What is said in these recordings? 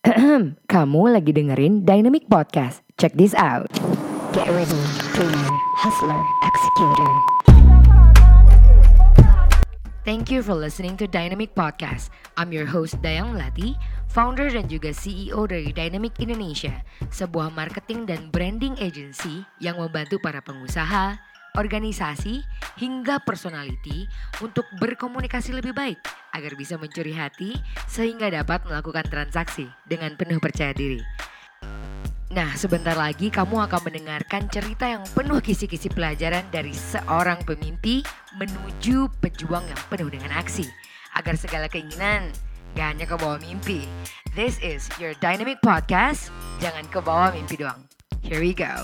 Kamu lagi dengerin Dynamic Podcast. Check this out. Get ready, dreamer, hustler, executor. Thank you for listening to Dynamic Podcast. I'm your host Dayang Melati, founder dan juga CEO dari Dynamic Indonesia, sebuah marketing dan branding agency yang membantu para pengusaha, organisasi, hingga personality untuk berkomunikasi lebih baik agar bisa mencuri hati sehingga dapat melakukan transaksi dengan penuh percaya diri. Nah, sebentar lagi kamu akan mendengarkan cerita yang penuh kisi-kisi pelajaran dari seorang pemimpi menuju pejuang yang penuh dengan aksi agar segala keinginan gak hanya kebawa mimpi. This is your Dynamic Podcast. Jangan kebawa mimpi doang. Here we go.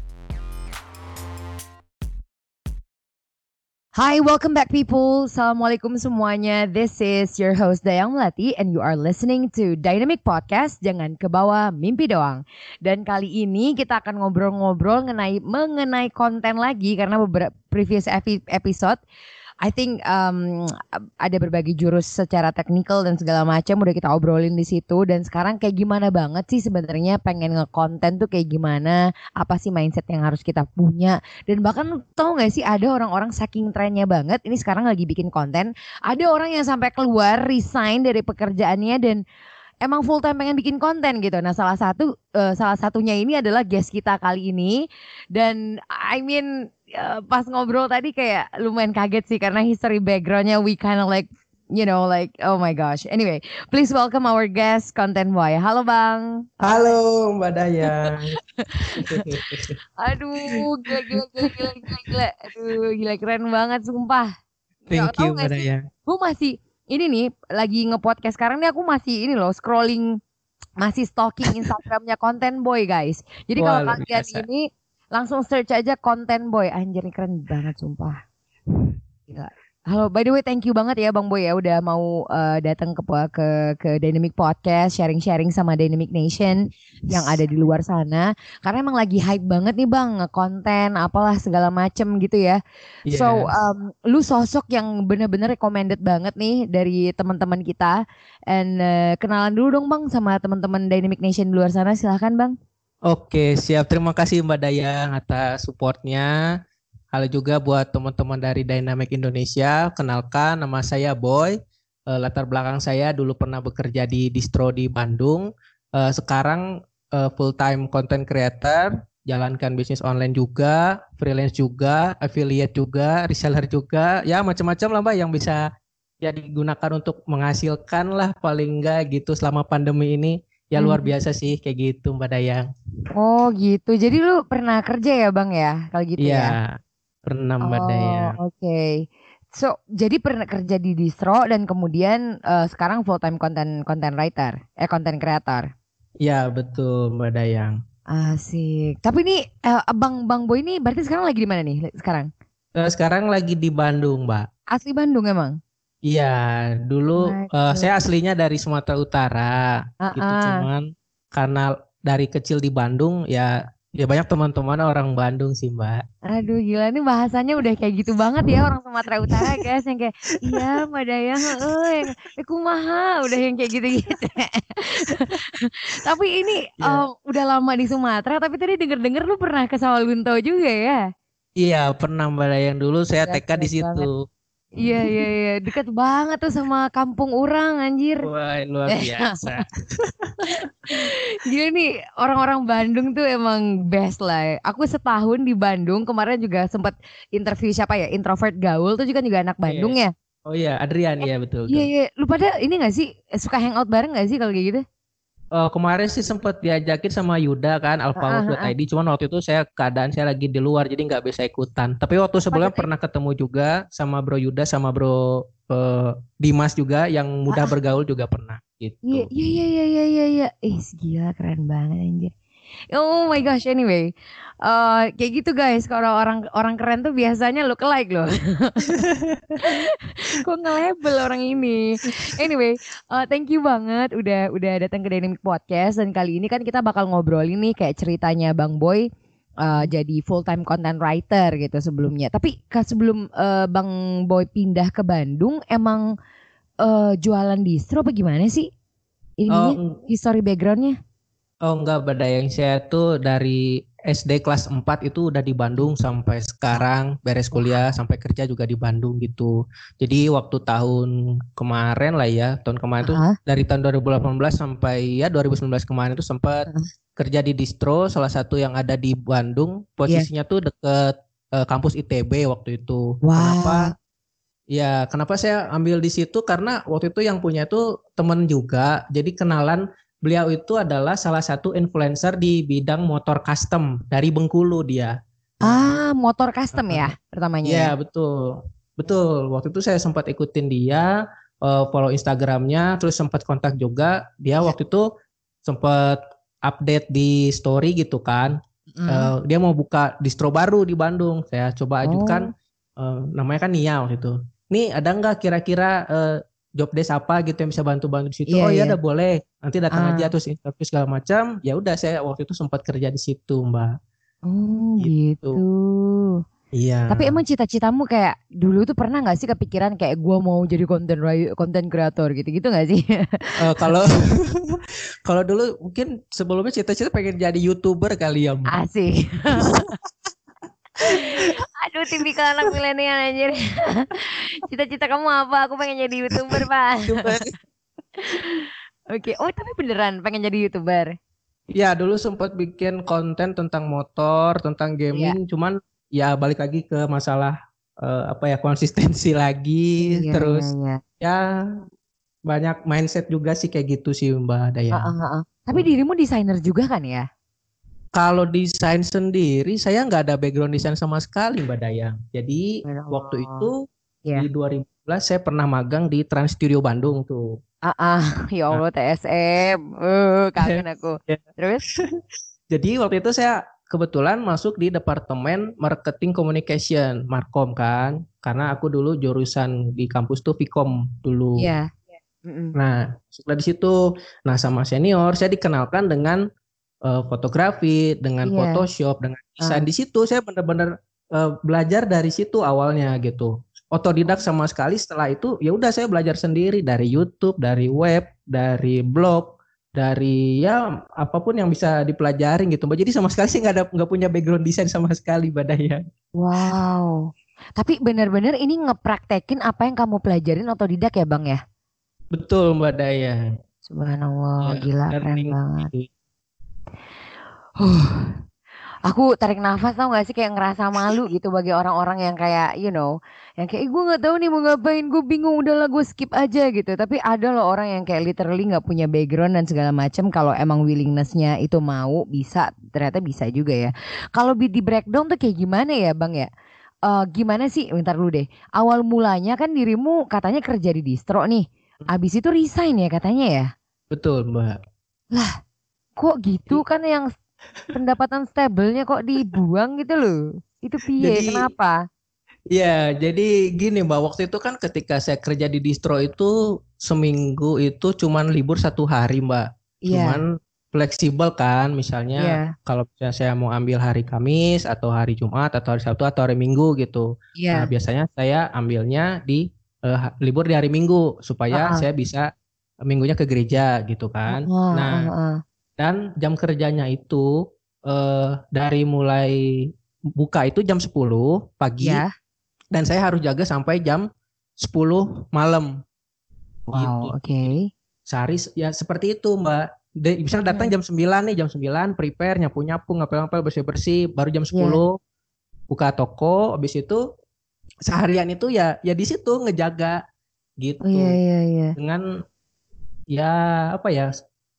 Hi, welcome back people. Assalamualaikum semuanya. This is your host Dayang Melati and you are listening to Dynamic Podcast. Jangan kebawa mimpi doang. Dan kali ini kita akan ngobrol-ngobrol mengenai konten lagi karena beberapa previous episode I think ada berbagai jurus secara teknikal dan segala macam udah kita obrolin di situ. Dan sekarang kayak gimana banget sih sebenarnya pengen ngekonten tuh kayak gimana, apa sih mindset yang harus kita punya. Dan bahkan tau gak sih ada orang-orang saking trennya banget ini sekarang lagi bikin konten, ada orang yang sampai keluar resign dari pekerjaannya dan emang full time pengen bikin konten gitu. Nah salah satunya ini adalah guest kita kali ini. Dan I mean pas ngobrol tadi kayak lumayan kaget sih karena history backgroundnya we kind of like you know like oh my gosh. Anyway, please welcome our guest Content Boy. Halo Bang. Halo Mbak Daya. Aduh gila. Aduh gila keren banget sumpah. Thank you Mbak Daya. Gue masih ini nih lagi nge-podcast sekarang nih aku masih ini loh scrolling masih stalking Instagramnya Content Boy guys. Jadi kalau kalian ini langsung search aja Content Boy. Anjir ini keren banget sumpah. Gila. Halo, by the way thank you banget ya Bang Boy ya udah mau datang ke Dynamic Podcast, sharing-sharing sama Dynamic Nation yang ada di luar sana. Karena emang lagi hype banget nih Bang, nge-konten apalah segala macem gitu ya. Yes. So, lu sosok yang bener-bener recommended banget nih dari teman-teman kita. And kenalan dulu dong Bang sama teman-teman Dynamic Nation di luar sana, silahkan Bang. Oke, siap. Terima kasih Mbak Dayang atas supportnya. Halo juga buat teman-teman dari Dynamic Indonesia. Kenalkan, nama saya Boy. Latar belakang saya dulu pernah bekerja di distro di Bandung. Sekarang full time content creator, jalankan bisnis online juga, freelance juga, affiliate juga, reseller juga. Ya macam-macam lah Mbak yang bisa ya digunakan untuk menghasilkan lah paling enggak gitu selama pandemi ini. Ya luar biasa sih kayak gitu Mbak Dayang. Oh gitu. Jadi lu pernah kerja ya Bang ya? Kalau gitu ya? Iya, pernah Mbak Dayang. Oke. So, jadi pernah kerja di distro dan kemudian sekarang full time content writer, content creator. Iya, betul Mbak Dayang. Asik. Tapi ini Bang Boy ini berarti sekarang lagi di mana nih sekarang? Sekarang lagi di Bandung, Mbak. Asli Bandung emang? Iya, dulu saya aslinya dari Sumatera Utara, gitu. Cuman karena dari kecil di Bandung, ya banyak teman-teman orang Bandung sih Mbak. Aduh gila nih bahasanya udah kayak gitu banget ya orang Sumatera Utara guys yang kayak iya Mbak Dayang, yang kumaha udah yang kayak gitu-gitu. Tapi ini udah lama di Sumatera, tapi tadi denger-denger lu pernah ke Sawalunto juga ya? Iya pernah Mbak Dayang, dulu saya TK di situ. Iya, dekat banget tuh sama kampung orang anjir. Wah luar biasa. Gila nih orang-orang Bandung tuh emang best lah. Aku setahun di Bandung kemarin juga sempat interview siapa ya, introvert gaul tuh juga anak Bandung ya. Oh iya Adrian ya betul. Iya. Lu pada ini gak sih suka hangout bareng gak sih kalau kayak gitu? Kemarin sih sempat diajakin sama Yuda kan alfaword.id, cuman waktu itu keadaan saya lagi di luar jadi nggak bisa ikutan. Tapi waktu sebelumnya pernah ketemu juga sama Bro Yuda sama Bro Dimas juga yang mudah bergaul juga pernah gitu. Iya. Gila keren banget anjir. Oh my gosh, anyway. Kayak gitu guys, kalau orang keren tuh biasanya look alike loh. Kok nge-label orang ini. Anyway, thank you banget udah datang ke Dynamic Podcast. Dan kali ini kan kita bakal ngobrolin nih kayak ceritanya Bang Boy jadi full time content writer gitu sebelumnya. Tapi sebelum Bang Boy pindah ke Bandung emang jualan distro apa gimana sih? ininya history backgroundnya? Oh enggak, Badayang, saya tuh dari SD kelas 4 itu udah di Bandung sampai sekarang, beres kuliah sampai kerja juga di Bandung gitu. Jadi waktu tahun kemarin lah ya, tahun kemarin tuh dari tahun 2018 sampai ya 2019 kemarin tuh sempat kerja di distro salah satu yang ada di Bandung, posisinya tuh deket kampus ITB waktu itu. Kenapa? Ya, kenapa saya ambil di situ? Karena waktu itu yang punya itu temen juga, jadi kenalan. Beliau itu adalah salah satu influencer di bidang motor custom dari Bengkulu dia. Motor custom ya pertamanya. Iya, betul. Betul. Waktu itu saya sempat ikutin dia, follow Instagramnya, terus sempat kontak juga. Dia waktu itu sempat update di story gitu kan. Dia mau buka distro baru di Bandung. Saya coba ajukan, namanya kan Nia waktu itu. Nih ada nggak kira-kira job desk apa gitu yang bisa bantu-bantu di situ? Udah boleh. Nanti datang aja terus interview segala macam. Ya udah saya waktu itu sempat kerja di situ, Mbak. Gitu. Iya. Tapi emang cita-citamu kayak dulu tuh pernah nggak sih kepikiran kayak gue mau jadi content creator gitu-gitu nggak sih? Kalau kalau dulu mungkin sebelumnya cita-cita pengen jadi YouTuber kali ya, Mbak. Asik. Aduh, tipikal anak milenial anjir. Cita-cita kamu apa? Aku pengen jadi YouTuber, Pak. Oke. Oh, tapi beneran pengen jadi YouTuber? Ya, dulu sempat bikin konten tentang motor, tentang gaming, cuman ya balik lagi ke masalah konsistensi lagi, terus ya banyak mindset juga sih kayak gitu sih, Mbak Daya. Tapi dirimu desainer juga kan ya? Kalau desain sendiri, saya nggak ada background desain sama sekali, Mbak Dayang. Jadi waktu itu di 2011 saya pernah magang di Trans Studio Bandung tuh. Ya Allah, TSM, kangen aku. Terus? Jadi waktu itu saya kebetulan masuk di Departemen Marketing Communication, Markom kan. Karena aku dulu jurusan di kampus tuh Vkom dulu. Nah, setelah di situ, sama senior saya dikenalkan dengan fotografi, dengan Photoshop, dengan desain. Di situ saya benar-benar belajar dari situ awalnya gitu. Otodidak sama sekali. Setelah itu ya udah saya belajar sendiri dari YouTube, dari web, dari blog, dari ya apapun yang bisa dipelajarin gitu. Jadi sama sekali sih nggak punya background desain sama sekali, Badaya. Wow. Tapi benar-benar ini ngepraktekin apa yang kamu pelajarin otodidak ya, Bang ya? Betul, Mbak Daya. Subhanallah, gila, keren banget. Aku tarik nafas, tau gak sih, kayak ngerasa malu gitu bagi orang-orang yang kayak yang kayak gue nggak tahu nih mau ngapain, gue bingung, udahlah gue skip aja gitu. Tapi ada loh orang yang kayak literally nggak punya background dan segala macam, kalau emang willingnessnya itu mau, bisa, ternyata bisa juga ya. Kalau di breakdown tuh kayak gimana ya, Bang ya? Gimana sih, bentar dulu deh, awal mulanya kan dirimu katanya kerja di distro nih, abis itu resign ya katanya ya? Betul, Mbak. Lah kok gitu, kan yang pendapatan stabilnya kok dibuang gitu loh. Itu piye? Kenapa? Ya, jadi gini Mbak, waktu itu kan ketika saya kerja di distro itu seminggu itu cuman libur 1 hari, Mbak. Cuman fleksibel kan, misalnya kalau misalnya saya mau ambil hari Kamis atau hari Jumat atau hari Sabtu atau hari Minggu gitu. Nah, biasanya saya ambilnya di libur di hari Minggu supaya saya bisa minggunya ke gereja gitu kan. Dan jam kerjanya itu dari mulai buka itu jam 10 pagi dan saya harus jaga sampai jam 10 malam. Wow, gitu. Sehari ya seperti itu, Mbak. Misalnya datang jam 9 nih, jam 9 prepare, nyapu-nyapu, ngapel-ngapel, bersih-bersih, baru jam 10 buka toko, habis itu seharian itu ya di situ ngejaga gitu. Dengan ya apa ya?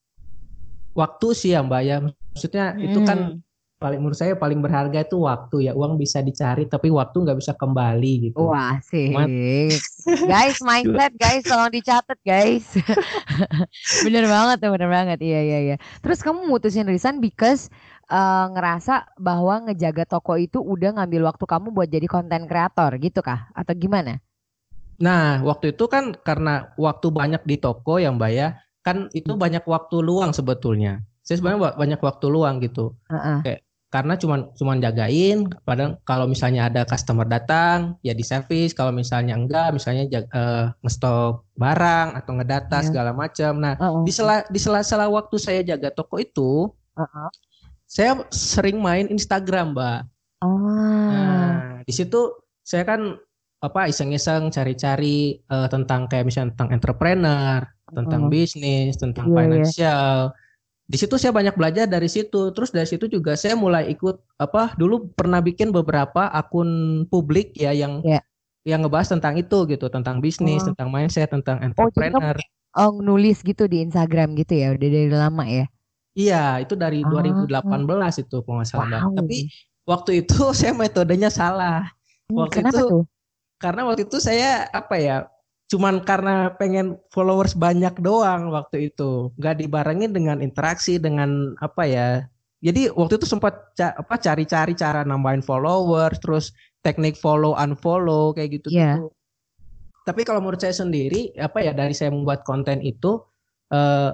Waktu sih ya Mbak ya, maksudnya itu kan menurut saya paling berharga itu waktu ya. Uang bisa dicari tapi waktu nggak bisa kembali gitu. Wah sih, guys, mindset guys, tolong dicatat guys. Bener banget, iya. Terus kamu mutusin resign because ngerasa bahwa ngejaga toko itu udah ngambil waktu kamu buat jadi content creator gitu kah? Atau gimana? Nah waktu itu kan karena waktu banyak di toko ya Mbak ya, kan itu banyak waktu luang sebetulnya. Saya sebenarnya banyak waktu luang gitu. Kayak karena cuman jagain. Padahal kalau misalnya ada customer datang ya di service, kalau misalnya enggak misalnya ngestok barang atau ngedata Iya. segala macam. Nah, Heeh. di sela-sela waktu saya jaga toko itu Heeh. saya sering main Instagram, Mbak. Ah, Nah, di situ saya kan iseng-iseng cari-cari tentang kayak misalnya tentang entrepreneur, tentang heeh. bisnis, tentang Iya, iya. financial. Di situ saya banyak belajar dari situ. Terus dari situ juga saya mulai ikut dulu pernah bikin beberapa akun publik ya Iya. yang ngebahas tentang itu gitu, tentang bisnis, Oh, tentang mindset, tentang oh jadi kamu entrepreneur. kayak nulis gitu di Instagram gitu ya, udah dari lama ya? Iya, itu dari Ah, 2018 itu kalau nggak salah, Mbak. Tapi wow. waktu itu saya metodenya salah. Waktu itu Kenapa tuh? karena waktu itu saya cuman karena pengen followers banyak doang waktu itu, nggak dibarengin dengan interaksi dengan jadi waktu itu sempat cari-cari cara nambahin followers, terus teknik follow unfollow kayak Iya, gitu-gitu. Tapi kalau menurut saya sendiri dari saya membuat konten itu eh,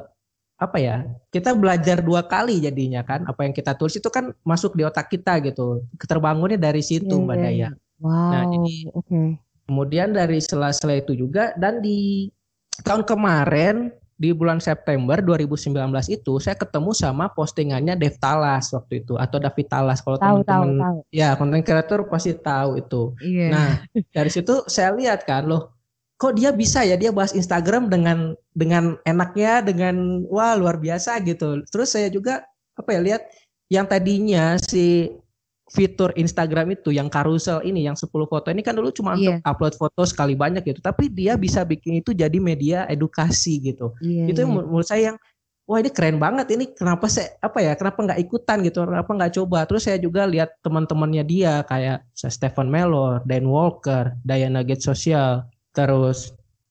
kita belajar dua kali jadinya kan, apa yang kita tulis itu kan masuk di otak kita gitu, terbangunnya dari iya, situ, Mbak iya, iya. Daya. Nah, Wow, jadi oke. kemudian dari sela-sela itu juga dan di tahun kemarin di bulan September 2019 itu saya ketemu sama postingannya Dev Talas waktu itu atau David Talas kalau Tahu, tahu, teman-teman tahu. ya konten kreator pasti tahu itu. Iya. Nah, dari situ saya lihat kan loh kok dia bisa ya dia bahas Instagram dengan enaknya dengan wah luar biasa gitu. Terus saya juga lihat yang tadinya si fitur Instagram itu yang carousel ini yang 10 foto ini kan dulu cuma untuk Iya, upload foto sekali banyak gitu tapi dia bisa bikin itu jadi media edukasi gitu iya, itu yang iya. menurut saya yang wah ini keren banget ini kenapa saya kenapa nggak ikutan gitu kenapa nggak coba terus saya juga lihat teman-temannya dia kayak Stephen Mellor, Dan Walker, Diana Gates Social terus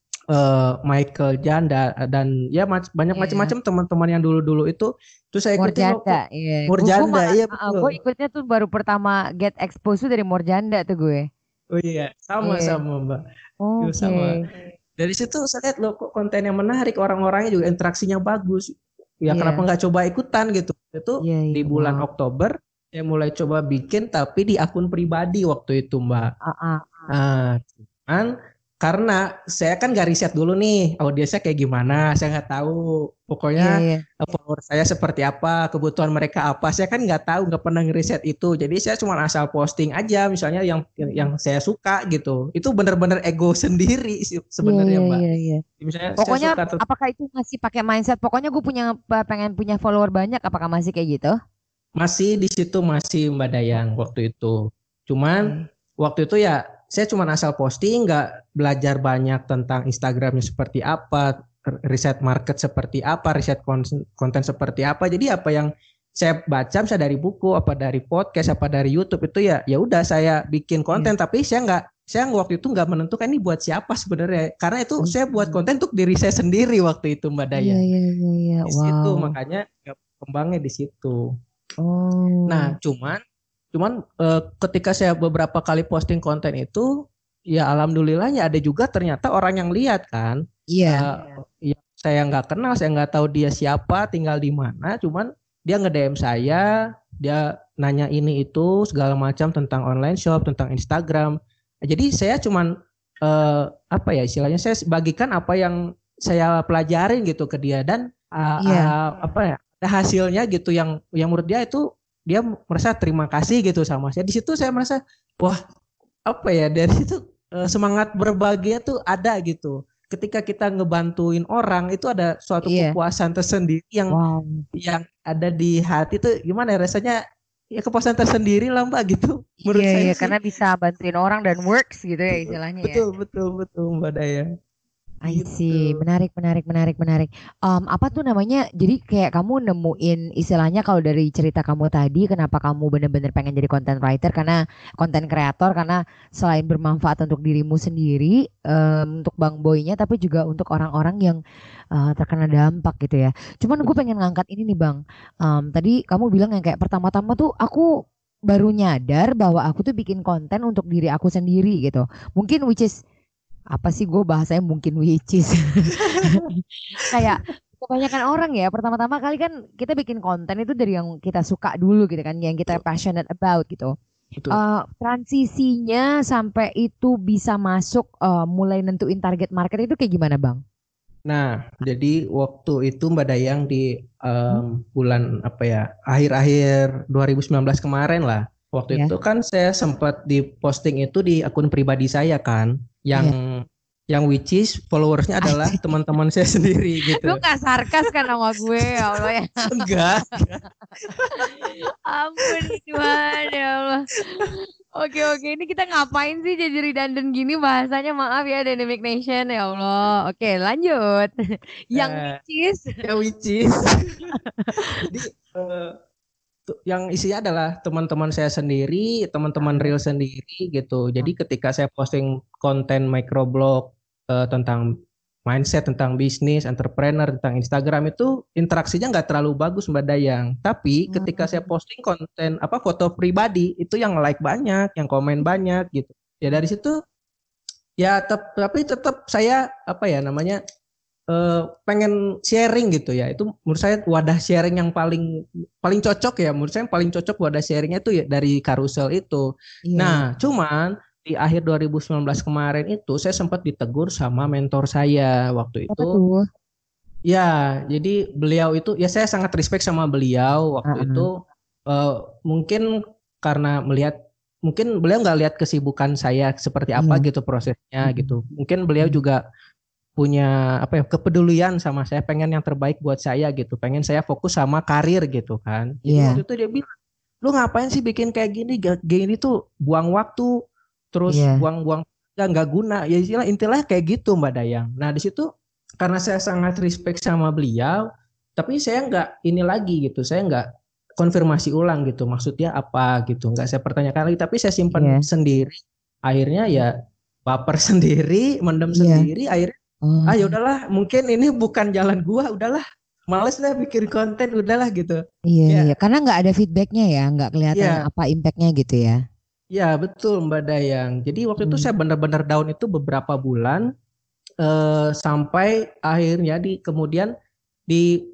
Michael Janda dan ya banyak Iya. macam-macam teman-teman yang dulu-dulu itu terus saya ikutin loh Morjanda, kok iya. Gue Murjanda malah, iya gue betul. ikutnya tuh baru pertama get exposed tuh dari Morjanda tuh gue. Oh iya, Iya. sama-sama Mbak. Itu Oke. sama. Dari situ saya lihat loh kok kontennya menarik, orang-orangnya juga interaksinya bagus. Ya kenapa Iya. nggak coba ikutan gitu. Itu Iya, di iya. bulan Wow. Oktober saya mulai coba bikin tapi di akun pribadi waktu itu Mbak. Ah, ah. Nah, cuman karena saya kan gak riset dulu nih audiensnya kayak gimana, saya nggak tahu. Iya, Pokoknya iya. follower saya seperti apa, kebutuhan mereka apa, saya kan nggak tahu, nggak pernah ngeriset itu. Jadi saya cuma asal posting aja, misalnya yang saya suka gitu. Itu benar-benar ego sendiri sih Iya, sebenarnya iya, Mbak. iya, iya. Misalnya saya Pokoknya suka apakah itu masih pakai mindset? Pokoknya gue pengen punya follower banyak. Apakah masih kayak gitu? masih di situ masih Mbak Dayang waktu itu. Cuman Oke. waktu itu ya saya cuma asal posting, nggak belajar banyak tentang Instagramnya seperti apa, riset market seperti apa, riset konten seperti apa. Jadi apa yang saya baca misalnya dari buku, apa dari podcast, apa dari YouTube itu ya udah saya bikin Iya. konten. Tapi saya waktu itu nggak menentukan ini buat siapa sebenarnya. Karena itu I saya buat see. konten untuk diri saya sendiri waktu itu Mbak Iya, Dayang. iya, iya, iya. Di situ Wow. makanya kembangnya di situ. Nah, Oh. cuman ketika saya beberapa kali posting konten itu, ya alhamdulillahnya ada juga ternyata orang yang lihat kan. Iya. Ya, saya nggak kenal, saya nggak tahu dia siapa, tinggal di mana, cuman dia nge-DM saya, dia nanya ini itu segala macam tentang online shop, tentang Instagram. Jadi saya cuman istilahnya saya bagikan apa yang saya pelajarin gitu ke dia dan Iya. ada hasilnya gitu yang menurut dia itu dia merasa terima kasih gitu sama saya. Di situ saya merasa wah dari situ semangat berbahagia tuh ada gitu. Ketika kita ngebantuin orang itu ada suatu Iya. kepuasan tersendiri Wow. yang ada di hati tuh gimana ya rasanya ya kepuasan tersendiri lah Mbak gitu. Iya, Menurut saya iya. sih. Karena bisa bantuin orang dan works gitu ya istilahnya ya. Betul betul betul Mbak Daya. I Gitu. see. Menarik, menarik, menarik, menarik. Apa tuh namanya? Jadi kayak kamu nemuin istilahnya kalau dari cerita kamu tadi, kenapa kamu bener-bener pengen jadi content writer karena content creator karena selain bermanfaat untuk dirimu sendiri, untuk Bang Boynya, tapi juga untuk orang-orang yang terkena dampak gitu ya. Cuman gue pengen ngangkat ini nih Bang. Tadi kamu bilang yang kayak pertama-tama tuh aku baru nyadar bahwa aku tuh bikin konten untuk diri aku sendiri gitu. Mungkin which is apa sih gue bahasanya mungkin which is kayak kebanyakan orang ya, pertama-tama kali kan kita bikin konten itu dari yang kita suka dulu gitu kan, yang kita passionate about gitu. Betul. Transisinya sampai itu bisa masuk mulai nentuin target market itu kayak gimana Bang? Nah, jadi waktu itu Mbak Dayang di bulan apa ya, akhir-akhir 2019 kemarin lah. Waktu Ya. itu kan saya sempat di posting itu di akun pribadi saya kan, yang Iya. yang which is followersnya adalah teman-teman saya sendiri Lu gitu. gak sarkas kan sama gue ya Allah ya. Enggak. Ampun Tuhan ya Allah. Oke, ini kita ngapain sih jadi redundant gini bahasanya, maaf ya Dynamic Nation ya Allah. Oke, lanjut. Yang Eh, which is yang which is. Jadi yang isinya adalah teman-teman saya sendiri, teman-teman real sendiri gitu. Jadi ketika saya posting konten microblog tentang mindset, tentang bisnis, entrepreneur, tentang Instagram itu interaksinya nggak terlalu bagus Mbak Dayang. Tapi ketika saya posting konten apa foto pribadi itu yang like banyak, yang komen banyak gitu. Ya dari situ ya tapi tetap saya apa ya namanya pengen sharing gitu ya. Itu menurut saya wadah sharing yang paling paling cocok ya. Menurut saya yang paling cocok wadah sharingnya itu ya dari Carousel itu. Iya. Nah, cuman di akhir 2019 kemarin itu saya sempat ditegur sama mentor saya waktu Apa itu. tuh? Ya, jadi beliau itu ya saya sangat respect sama beliau waktu Heeh. itu. Mungkin karena mungkin beliau nggak lihat kesibukan saya seperti apa Iya. gitu prosesnya Mm-mm. gitu. Mungkin beliau juga punya apa ya kepedulian sama saya, pengen yang terbaik buat saya gitu, pengen saya fokus sama karir gitu kan. Jadi waktu Iya. itu dia bilang, lu ngapain sih bikin kayak gini, gini tuh buang waktu, terus Iya. buang-buang nggak guna, ya intinya kayak gitu Mbak Dayang. Nah di situ karena saya sangat respect sama beliau, tapi saya nggak ini lagi gitu, saya nggak konfirmasi ulang gitu, maksudnya apa gitu, nggak saya pertanyakan lagi, tapi saya simpan Iya. sendiri. Akhirnya ya baper sendiri, mendem Iya. sendiri, akhirnya ya Oh. udahlah mungkin ini bukan jalan gua, udahlah males lah bikin konten, udahlah gitu Iya, iya. ya. Karena nggak ada feedbacknya ya, nggak kelihatan Ya, apa impactnya gitu ya. ya betul Mbak Dayang, jadi waktu itu Hmm. saya benar-benar down itu beberapa bulan, sampai akhirnya kemudian di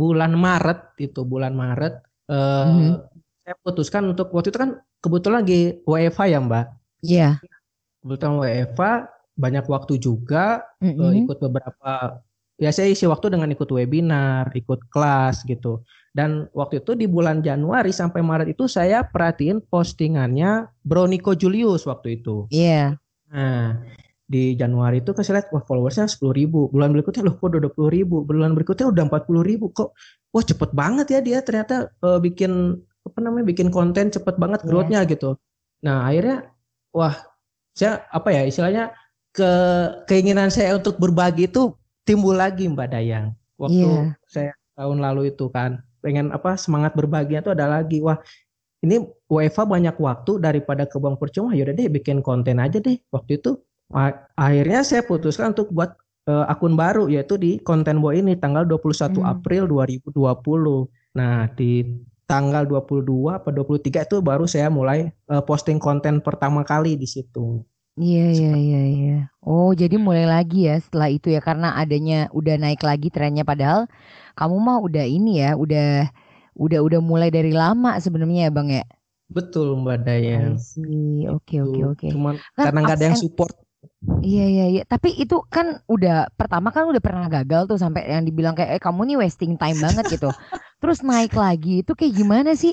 bulan Maret Mhm. saya putuskan untuk waktu itu kan kebetulan lagi WFH ya Mbak, Iya. kebetulan WFH banyak waktu juga, Mm-mm. ikut beberapa ya saya isi waktu dengan ikut webinar, ikut kelas gitu. Dan waktu itu di bulan Januari sampai Maret itu saya perhatiin postingannya Bro Nico Julius waktu itu. Iya. Nah, di Januari itu saya lihat wah followersnya 10.000. Bulan berikutnya loh kok udah 20.000. Bulan berikutnya udah 40.000 kok. Wah cepet banget ya dia ternyata bikin apa namanya bikin konten cepet banget Iya. growth-nya gitu. Nah akhirnya wah saya apa ya istilahnya keinginan saya untuk berbagi itu timbul lagi Mbak Dayang. Waktu Iya. saya tahun lalu itu kan pengen apa semangat berbagi itu ada lagi. Wah ini WFA banyak waktu daripada kebuang percuma, yaudah deh bikin konten aja deh. Waktu itu akhirnya saya putuskan untuk buat akun baru yaitu di Konten Boy ini tanggal 21 Hmm. April 2020. Nah, di tanggal 22 atau 23 itu baru saya mulai posting konten pertama kali di situ. Iya, iya, Seperti iya, iya. Oh, jadi mulai lagi ya setelah itu ya karena adanya udah naik lagi trennya padahal kamu mah udah ini ya, udah mulai dari lama sebenarnya ya, Bang ya. betul Mbak Dayang. I see. Oke, Itu oke, oke. cuman Kan karena nggak ups ada yang and support. iya, iya, iya. Tapi itu kan udah pertama kan udah pernah gagal tuh sampai yang dibilang kayak kamu nih wasting time banget gitu. Terus naik lagi itu kayak gimana sih?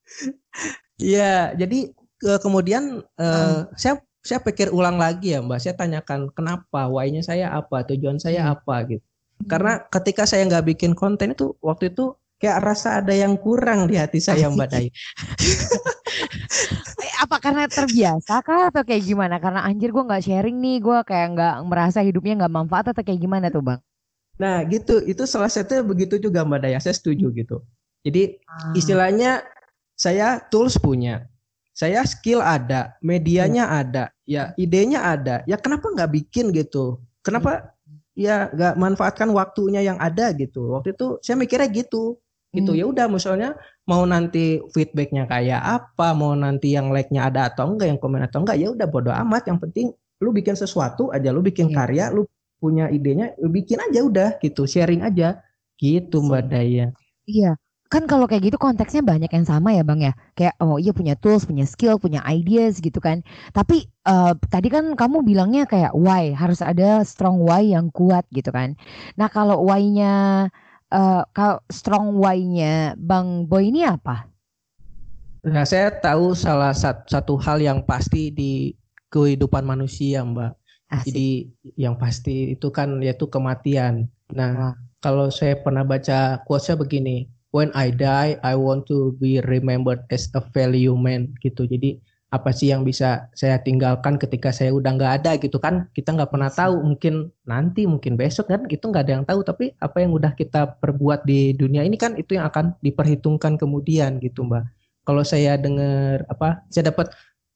Iya, jadi kemudian Heeh. saya pikir ulang lagi ya Mbak. Saya tanyakan kenapa, why-nya saya apa, tujuan saya Iya. apa gitu. Karena ketika saya nggak bikin konten itu waktu itu kayak rasa ada yang kurang di hati saya Mbak Asik. Dayu. Apa karena terbiasa kah atau kayak gimana? Karena anjir gue nggak sharing nih, gue kayak nggak merasa hidupnya nggak manfaat atau kayak gimana tuh Bang? Nah gitu, itu salah satunya begitu juga Mbak Daya. Saya setuju gitu. Jadi Ah, istilahnya saya tools punya, saya skill ada, iya, medianya ada, ya idenya ada. Ya kenapa nggak bikin gitu? iya, Kenapa ya nggak manfaatkan waktunya yang ada gitu? Waktu itu saya mikirnya gitu, gitu. hmm, Ya udah, misalnya mau nanti feedbacknya kayak apa, mau nanti yang like-nya ada atau enggak, yang komen atau enggak, ya udah bodo amat. Yang penting lu bikin sesuatu aja, lu bikin iya, karya, lu punya idenya, lu bikin aja udah gitu, sharing aja. Gitu Mbak Daya. Iya, kan kalau kayak gitu konteksnya banyak yang sama ya Bang ya. Kayak oh iya punya tools, punya skill, punya ideas gitu kan. Tapi tadi kan kamu bilangnya kayak why, harus ada strong why yang kuat gitu kan. Nah kalau why-nya, kalau strong why-nya Bang Boy ini apa? Nah, saya tahu salah satu hal yang pasti di kehidupan manusia, Mbak. Asik. Jadi yang pasti itu kan yaitu kematian. Nah, Wah. kalau saya pernah baca quotes-nya begini, when I die, I want to be remembered as a value man gitu. Jadi apa sih yang bisa saya tinggalkan ketika saya udah nggak ada gitu kan? Kita nggak pernah tahu, mungkin nanti, mungkin besok kan, itu nggak ada yang tahu. Tapi apa yang udah kita perbuat di dunia ini kan itu yang akan diperhitungkan kemudian gitu, Mbak. Kalau saya dengar apa, saya dapat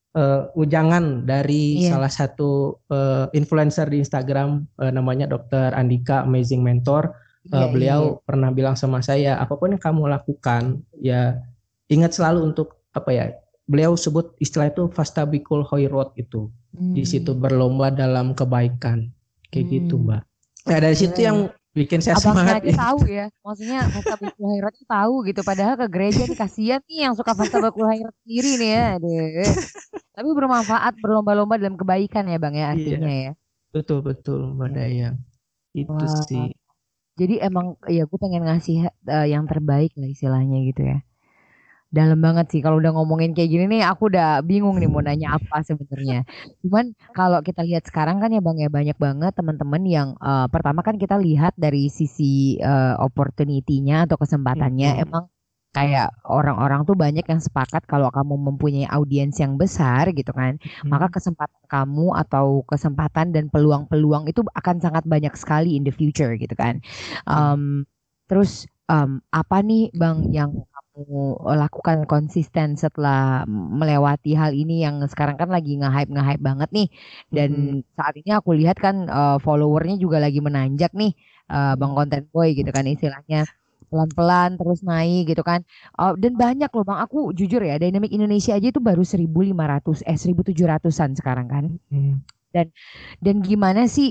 ujangan dari Iya, salah satu influencer di Instagram namanya Dr. Andika Amazing Mentor. iya, iya, iya. Beliau pernah bilang sama saya, apapun yang kamu lakukan, ya ingat selalu untuk apa ya? Beliau sebut istilah itu fastabikul khairat itu. Di situ Hmm, berlomba dalam kebaikan. Kayak gitu, hmm. Mbak. Nah, dari Gila situ ya. yang bikin saya Abangnya semangat aja ya. tahu ya. Maksudnya Fastabikul Khairat tuh tahu gitu. Padahal ke gereja nih kasihan nih yang suka Fastabikul Khairat sendiri nih ya. Aduh. Tapi bermanfaat berlomba-lomba dalam kebaikan ya Bang ya Iya, artinya ya. betul betul Mbak Iya. Dayang. Itu sih. Wah. Jadi emang ya gue pengen ngasih yang terbaik lah istilahnya gitu ya. Dalam banget sih kalau udah ngomongin kayak gini nih aku udah bingung nih mau nanya apa sebenarnya. Cuman kalau kita lihat sekarang kan ya Bang ya banyak banget teman-teman yang pertama kan kita lihat dari sisi opportunity-nya atau kesempatannya Mm-mm. emang kayak orang-orang tuh banyak yang sepakat kalau kamu mempunyai audiens yang besar gitu kan, maka Mm. kesempatan kamu atau kesempatan dan peluang-peluang itu akan sangat banyak sekali in the future gitu kan. Mm. Terus apa nih Bang yang kamu lakukan konsisten setelah melewati hal ini yang sekarang kan lagi nge-hype banget nih dan Mm-mm. saat ini aku lihat kan followernya juga lagi menanjak nih, Bang Content Boy gitu kan istilahnya pelan-pelan terus naik gitu kan. Dan banyak loh Bang, aku jujur ya Dynamic Indonesia aja itu baru 1.500 1.700-an sekarang kan. Mm. Dan gimana sih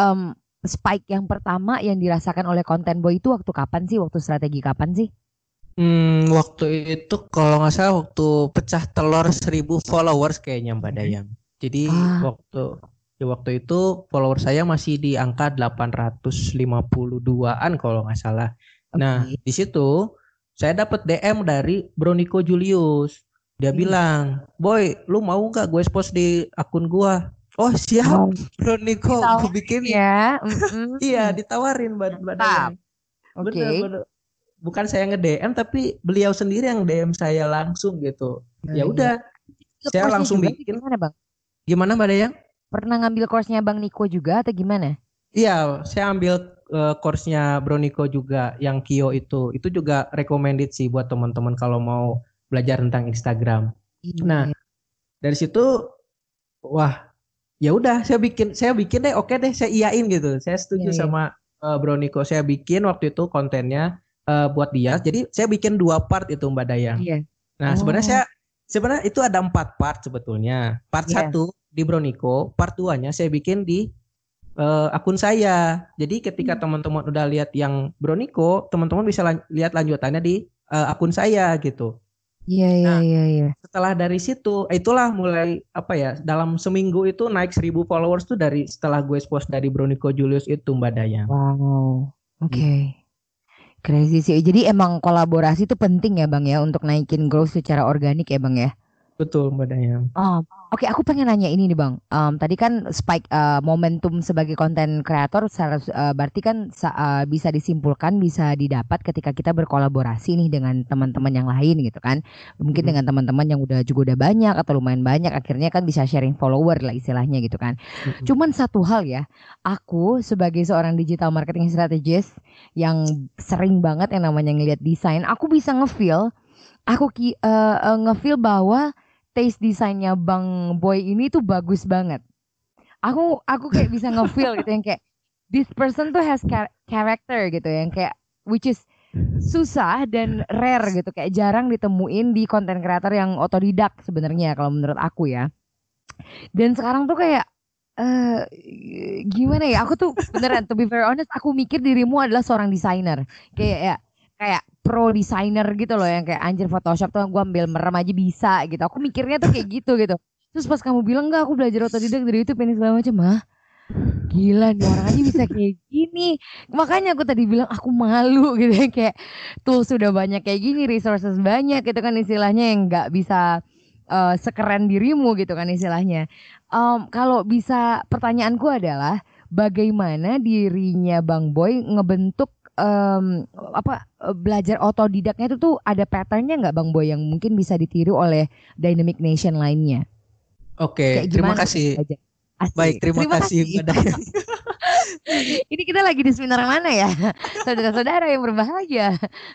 spike yang pertama yang dirasakan oleh Content Boy itu waktu kapan sih? Waktu strategi kapan sih? Waktu itu kalau nggak salah waktu pecah telur 1.000 followers kayaknya Mbak Dayang. Jadi Ah, waktu itu follower saya masih di angka 852-an kalau nggak salah. Nah, oke. di situ saya dapat DM dari Broniko Julius. Dia Hmm. bilang, "Boy, lu mau nggak gue post di akun gua?" Oh, siap, Wow, Broniko, gue ditawarin bikinin. ya. Iya, Mm-mm. ditawarin Mbak Mantap. Dayang. Oke. Bener-bener bukan saya nge-DM tapi beliau sendiri yang DM saya langsung gitu. Nah, Ya iya. udah, Ke saya course-nya langsung juga atau bikin. gimana, Bang? Gimana Mbak Dayang? Pernah ngambil course-nya Bang Niko juga atau gimana? Iya, saya ambil course-nya Broniko juga yang Kio itu. Itu juga recommended sih buat teman-teman kalau mau belajar tentang Instagram. Nah, Iya. dari situ wah, ya udah saya bikin deh, oke deh, saya iyain gitu. Saya Iya, setuju iya. sama Broniko. Saya bikin waktu itu kontennya buat dia. Jadi saya bikin 2 part itu Mbak Dayang. Iya. Nah, Oh, sebenarnya itu ada 4 part sebetulnya. Part iya. satu di Broniko, part 2-nya saya bikin di akun saya. Jadi ketika Hmm. teman-teman udah lihat yang Broniko, teman-teman bisa lihat lanjutannya di akun saya gitu. Iya, iya, Nah, iya, iya. setelah dari situ, itulah mulai apa ya, dalam seminggu itu naik 1.000 followers tuh dari setelah gue post dari Broniko Julius itu Mbak Dayang. Wow. Gitu. Oke. Crazy sih. Jadi emang kolaborasi itu penting ya Bang ya untuk naikin growth secara organik ya Bang ya. Betul Mbak Dayang. Oh, oke, aku pengen nanya ini nih Bang. Tadi kan spike momentum sebagai konten kreator berarti kan bisa disimpulkan, bisa didapat ketika kita berkolaborasi nih dengan teman-teman yang lain gitu kan. Mungkin Mm-mm. dengan teman-teman yang juga udah banyak atau lumayan banyak, akhirnya kan bisa sharing follower lah istilahnya gitu kan. Mm-mm. Cuman satu hal ya, aku sebagai seorang digital marketing strategist yang sering banget yang namanya ngelihat desain, aku bisa ngefeel bahwa taste desainnya Bang Boy ini tuh bagus banget. Aku kayak bisa ngefeel gitu yang kayak this person tuh has character gitu yang kayak which is susah dan rare gitu kayak jarang ditemuin di konten kreator yang otodidak sebenarnya kalau menurut aku ya. Dan sekarang tuh kayak eh gimana ya? Aku tuh beneran, to be very honest, aku mikir dirimu adalah seorang desainer. Kayak ya, kayak pro desainer gitu loh, yang kayak anjir Photoshop tuh gue ambil merem aja bisa gitu. Aku mikirnya tuh kayak gitu gitu. Terus pas kamu bilang enggak, aku belajar otodidak dari YouTube ini segala macam, mah gila nih orang aja bisa kayak gini. Makanya aku tadi bilang aku malu gitu ya, kayak tools sudah banyak kayak gini, resources banyak gitu kan istilahnya, yang nggak bisa sekeren dirimu gitu kan istilahnya. Kalau bisa, pertanyaanku adalah bagaimana dirinya Bang Boy ngebentuk belajar otodidaknya itu tuh ada patternnya nggak Bang Boy yang mungkin bisa ditiru oleh Dynamic Nation lainnya? Oke, Kayak terima gimana tuh kasih. belajar? Baik, Asik. terima Terima kasih kasih. Mbak Dayang. Ini kita lagi di seminar mana ya? Saudara-saudara yang berbahagia.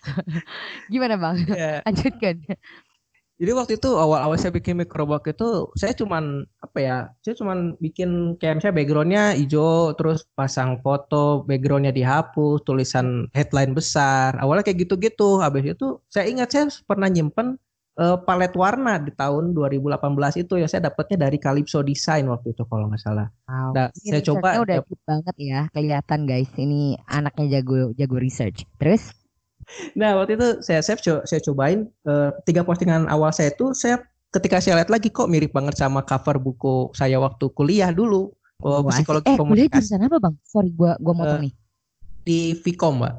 Gimana Bang? Ya. Lanjutkan. Jadi waktu itu awal-awal saya bikin microblog itu saya cuman apa ya? Saya cuman bikin kayak misalnya backgroundnya hijau, terus pasang foto, backgroundnya dihapus, tulisan headline besar. Awalnya kayak gitu-gitu. Habis itu saya ingat saya pernah nyimpen palet warna di tahun 2018 itu ya saya dapatnya dari Calypso Design waktu itu kalau nggak salah. Wow. Nah, Ini saya researchnya coba udah deep banget ya. Kelihatan guys. Ini anaknya jago jago research. Terus? Nah, waktu itu saya cobain tiga postingan awal saya itu saya ketika saya lihat lagi kok mirip banget sama cover buku saya waktu kuliah dulu. Wah, asik. Psikologi Kuliah komunikasi jurusan apa Bang? Sorry, gua eh, motong nih. di Vkom, Mbak.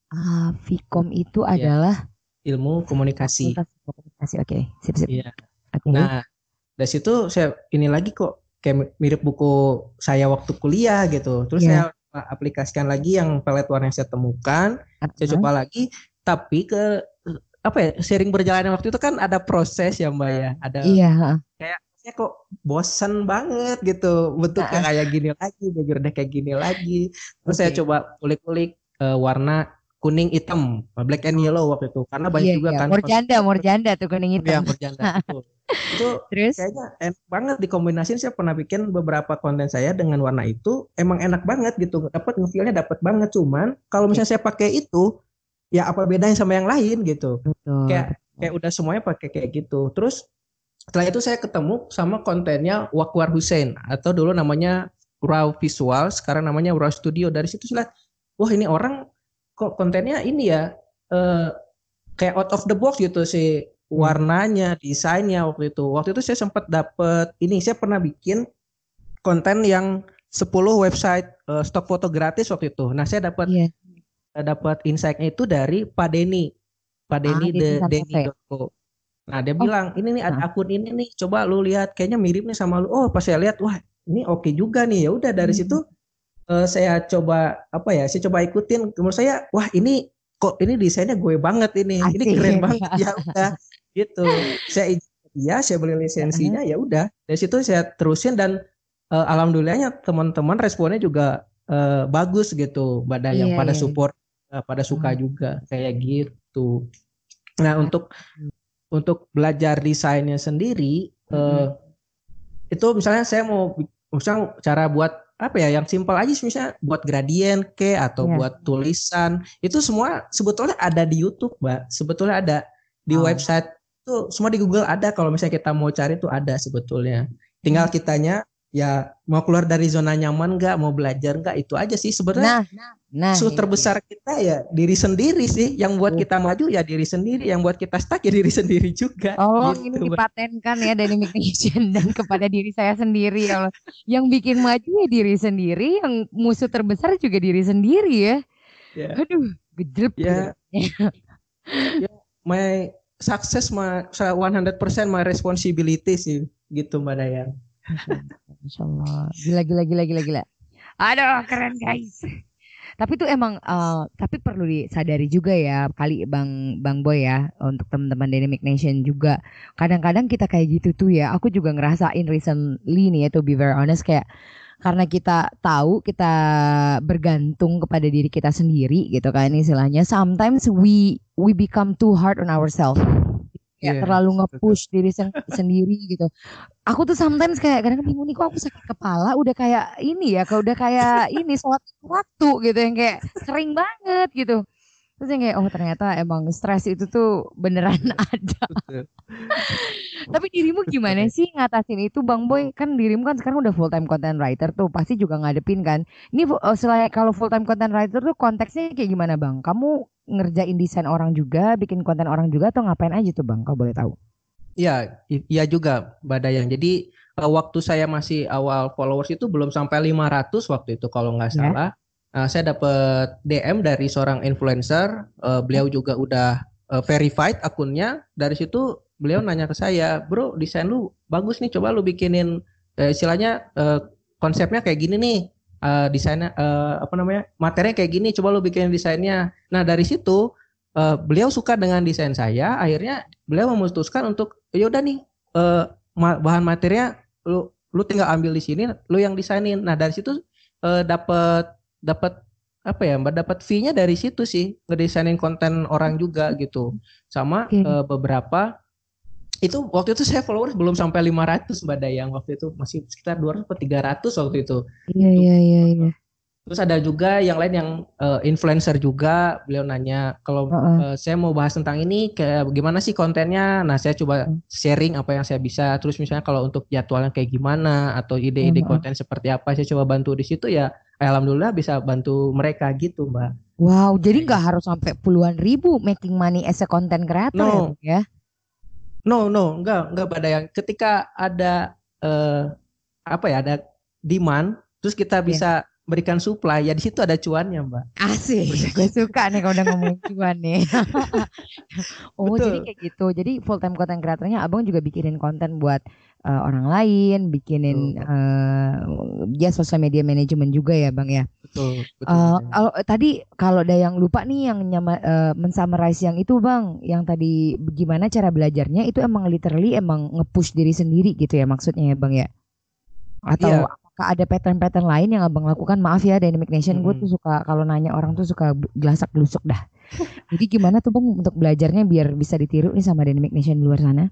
Vkom itu Ya, adalah ilmu komunikasi. fakultas komunikasi. Oke, sip sip. Iya. Oke. Nah, dari situ saya ini lagi kok kayak mirip buku saya waktu kuliah gitu. Terus Iya. saya aplikasikan lagi yang pelet warna yang saya temukan. Saya Uh-huh. coba lagi, tapi ke apa ya? Sering berjalannya waktu itu kan ada proses ya Mbak ya. Ada Iya. kayak saya kok bosan banget gitu bentuknya Uh-uh. kayak gini lagi, backgroundnya kayak gini lagi. Terus saya Oke. coba kulik-kulik warna kuning hitam, black and yellow waktu itu karena banyak Iya juga iya. kan Morjanda tuh kuning hitam. yang berjanda itu Terus? kayaknya enak banget dikombinasiin. Saya pernah bikin beberapa konten saya dengan warna itu emang enak banget gitu, dapat ngefeelnya dapat banget. Cuman kalau Oke, misalnya saya pakai itu ya apa bedanya sama yang lain gitu, betul. kayak kayak udah semuanya pakai kayak gitu. Terus setelah itu saya ketemu sama kontennya Wakwar Hussein atau dulu namanya Raw Visual, sekarang namanya Raw Studio. Dari situ saya lihat, wah ini orang kok kontennya ini ya eh, kayak out of the box gitu sih, Ya. warnanya, desainnya waktu itu. Waktu itu saya sempat dapat ini, saya pernah bikin konten yang 10 website stok foto gratis waktu itu. Nah, saya dapat Iya. dapat insight-nya itu dari Pak Denny. Pak Denny Denny Santoso. Denny.co. Nah, dia Oh, bilang, ini nih ada nah. akun ini nih, coba lu lihat, kayaknya mirip nih sama lu. Oh, pas saya lihat, wah, ini oke juga nih. Ya udah dari Hmm. situ saya coba apa ya? Saya coba ikutin. Menurut saya, wah ini kok ini desainnya gue banget ini keren Asik. banget. Ya udah gitu. Saya izin dia, saya beli lisensinya, ya udah. Dari situ saya terusin dan alhamdulillahnya teman-teman responnya juga bagus gitu, pada yang Iya pada iya. support, pada suka Hmm. juga kayak gitu. Nah, untuk belajar desainnya sendiri Mm-mm. itu misalnya saya mau misalnya cara buat apa ya yang simpel aja sih, misalnya buat gradien ke atau Iya. buat tulisan itu semua sebetulnya ada di YouTube, Mbak. Sebetulnya ada di Wow. website itu, semua di Google ada. Kalau misalnya kita mau cari itu ada sebetulnya. Tinggal kitanya ya mau keluar dari zona nyaman nggak, mau belajar nggak, itu aja sih sebetulnya. Nah Musuh ini dia. terbesar kita ya diri sendiri sih. Yang buat kita maju ya diri sendiri, yang buat kita stuck ya diri sendiri juga Tolong ini gitu, Mbak. dipatenkan ya Dynamic Nation dan kepada diri saya sendiri ya Allah. Yang bikin maju ya diri sendiri, yang musuh terbesar juga diri sendiri ya. Ya, Aduh, gejelep ya, gitu. ya, my success my 100% my responsibility sih gitu, Mbak Dayang. Masya Allah. Gila. Aduh, keren guys. Tapi itu emang, tapi perlu disadari juga ya, kali Bang Boy ya, untuk teman-teman Dynamic Nation juga. Kadang-kadang kita kayak gitu tuh ya. Aku juga ngerasain recently nih ya, to be very honest, kayak karena kita tahu kita bergantung kepada diri kita sendiri gitu kan istilahnya. Sometimes we become too hard on ourselves. Kayak Iya, terlalu betul. nge-push diri sendiri gitu. Aku tuh sometimes kayak kadang-kadang bingung nih, kok aku sakit kepala udah kayak ini ya, udah kayak ini sholat waktu gitu, yang kayak sering banget gitu. Terus yang kayak oh ternyata emang stres itu tuh beneran ada. Betul. Tapi dirimu Betul gimana ya. sih ngatasin itu Bang Boy? Kan dirimu kan sekarang udah full time content writer tuh, pasti juga ngadepin kan. Ini selain kalau full time content writer tuh konteksnya kayak gimana Bang? Kamu ngerjain desain orang juga, bikin konten orang juga atau ngapain aja tuh Bang? Kalau boleh tahu. Iya, iya juga Mbak Dayang. Jadi waktu saya masih awal followers itu belum sampai 500 waktu itu kalau nggak Ya. salah. Saya dapat DM dari seorang influencer. Beliau juga udah verified akunnya. Dari situ beliau nanya ke saya, bro, desain lu bagus nih, coba lu bikinin istilahnya konsepnya kayak gini nih. Desainnya apa namanya, materinya kayak gini, coba lu bikinin desainnya. Nah dari situ beliau suka dengan desain saya. Akhirnya beliau memutuskan untuk ya udah nih bahan materinya lu tinggal ambil di sini, lu yang desainin. Nah dari situ dapat dapat apa ya Mbak, dapat fee-nya dari situ sih, ngedesainin konten orang juga gitu. Sama Oke. beberapa itu waktu itu saya followers belum sampai 500 Mbak Dayang, waktu itu masih sekitar 200 atau 300 waktu itu. Iya Itu iya iya iya. terus ada juga yang lain yang influencer juga, beliau nanya kalau Heeh. saya mau bahas tentang ini kayak gimana sih kontennya. Nah, saya coba sharing apa yang saya bisa. Terus misalnya kalau untuk jadwalnya kayak gimana atau ide-ide Heeh. konten seperti apa, saya coba bantu di situ ya. Alhamdulillah bisa bantu mereka gitu, Mbak. Wow, jadi Kayak nggak gitu. harus sampai puluhan ribu making money as a content creator ya No, Bang ya? no, enggak pada yang ketika ada apa ya, ada demand, terus kita Iya. bisa berikan supply, ya di situ ada cuannya, Mbak. Asik, Menurut gue saya. suka nih kalau udah ngomongin cuan nih. Oh, jadi Betul. kayak gitu. Jadi full time content creatornya Abang juga bikinin konten buat orang lain, bikinin Betul. ya sosial media manajemen juga ya, Bang ya. Betul, betul Mbak. Kalau tadi kalau ada yang lupa nih yang mensummarize yang itu, Bang, yang tadi gimana cara belajarnya itu emang literally emang nge-push diri sendiri gitu ya maksudnya ya, Bang ya. Atau Iya, apakah ada pattern-pattern lain yang Abang lakukan? Maaf ya, Dynamic Nation, gue tuh mm-mm. suka kalau nanya orang tuh suka gelasak gelusuk dah. Jadi gimana tuh Bang untuk belajarnya biar bisa ditiru nih sama Dynamic Nation di luar sana?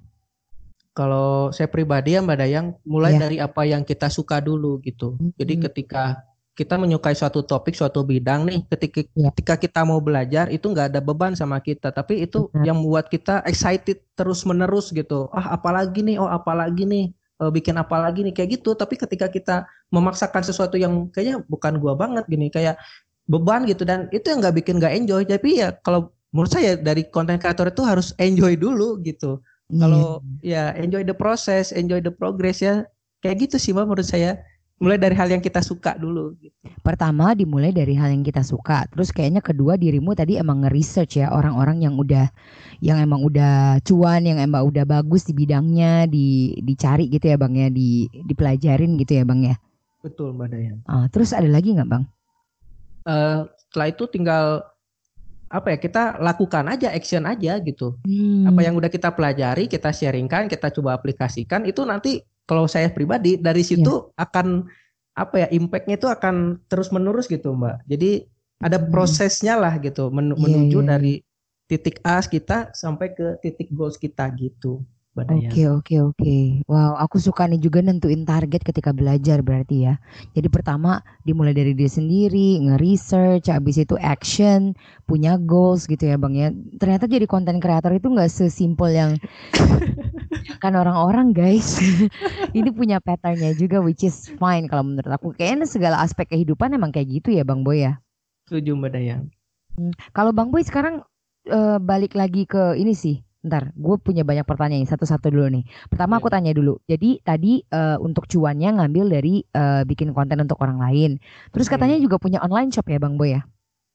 Kalau saya pribadi ya Mbak Dayang, mulai Iya. dari apa yang kita suka dulu gitu. Jadi Hmm, ketika kita menyukai suatu topik, suatu bidang nih, ketika iya, ketika kita mau belajar itu nggak ada beban sama kita, tapi itu benar. yang membuat kita excited terus menerus gitu. Ah apalagi nih, oh apalagi nih, bikin apa lagi nih kayak gitu. Tapi ketika kita memaksakan sesuatu yang kayaknya bukan gua banget gini, kayak beban gitu dan itu yang nggak enjoy. Tapi ya kalau menurut saya dari konten kreator itu harus enjoy dulu gitu. Iya. Kalau ya enjoy the process, enjoy the progress ya. Kayak gitu sih Mbak menurut saya. Mulai dari hal yang kita suka dulu gitu. Pertama dimulai dari hal yang kita suka. Terus kayaknya kedua dirimu tadi emang nge-research ya orang-orang yang emang udah cuan, yang emang udah bagus di bidangnya, dicari gitu ya Bang ya, dipelajarin gitu ya Bang ya. Betul Mbak Dayan. Terus ada lagi nggak Bang? Setelah itu tinggal apa ya, kita lakukan aja, action aja gitu. Apa Hmm, yang udah kita pelajari, kita sharingkan, kita coba aplikasikan, itu nanti kalau saya pribadi dari ya. situ akan apa ya, impactnya itu akan terus menerus gitu Mbak. Jadi ada Hmm, prosesnya lah gitu, iya menuju iya iya. dari titik A kita sampai ke titik goals kita gitu Mbak Oke, Dayang. oke, oke. Wow, aku suka nih juga nentuin target ketika belajar berarti ya. Jadi pertama dimulai dari diri sendiri, nge-research, habis itu action, punya goals gitu ya Bang ya. Ternyata jadi konten kreator itu nggak sesimpel yang kan orang-orang guys. Ini punya patternnya juga which is fine kalau menurut aku. Kayaknya segala aspek kehidupan emang kayak gitu ya Bang Boy ya. Setuju Mbak Dayang. Kalau Bang Boy sekarang balik lagi ke ini sih. Ntar, gue punya banyak pertanyaan satu-satu dulu nih. Pertama aku Iya. tanya dulu. Jadi tadi untuk cuannya ngambil dari bikin konten untuk orang lain. Terus katanya Mm-mm. juga punya online shop ya Bang Boy ya?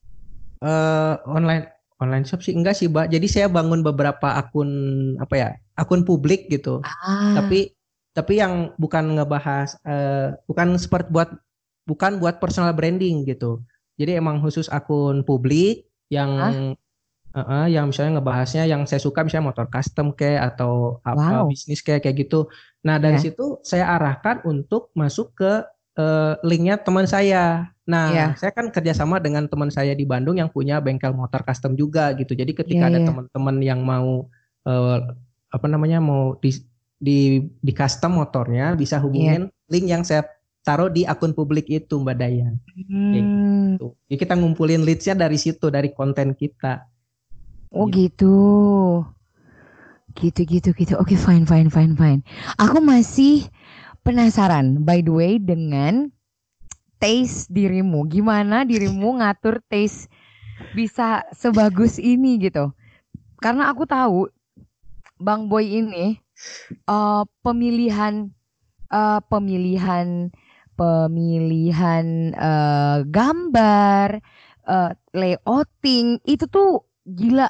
Online online shop sih enggak sih Mbak. Jadi saya bangun beberapa akun apa ya, akun publik gitu. Ah, Tapi yang bukan ngebahas bukan seperti buat personal branding gitu. Jadi emang khusus akun publik yang ah, yang misalnya ngebahasnya yang saya suka, misalnya motor custom kayak atau apa wow. bisnis kayak gitu. Nah, dari Ya, situ saya arahkan untuk masuk ke linknya teman saya. Nah, ya, saya kan kerjasama dengan teman saya di Bandung yang punya bengkel motor custom juga gitu. Jadi ya, ketika ada ya, teman-teman yang mau eh, apa namanya, mau di custom motornya, bisa ya. hubungin link yang saya taruh di akun publik itu Mbak Dayang. Kayak Hmm. gitu. Jadi kita ngumpulin leads-nya dari situ, dari konten kita. Oh Gitu. gitu. Oke, fine. Aku masih penasaran, by the way, dengan taste dirimu. Gimana dirimu ngatur taste bisa sebagus ini gitu? Karena aku tahu Bang Boy ini pemilihan eh, pemilihan pemilihan gambar, layouting itu tuh gila.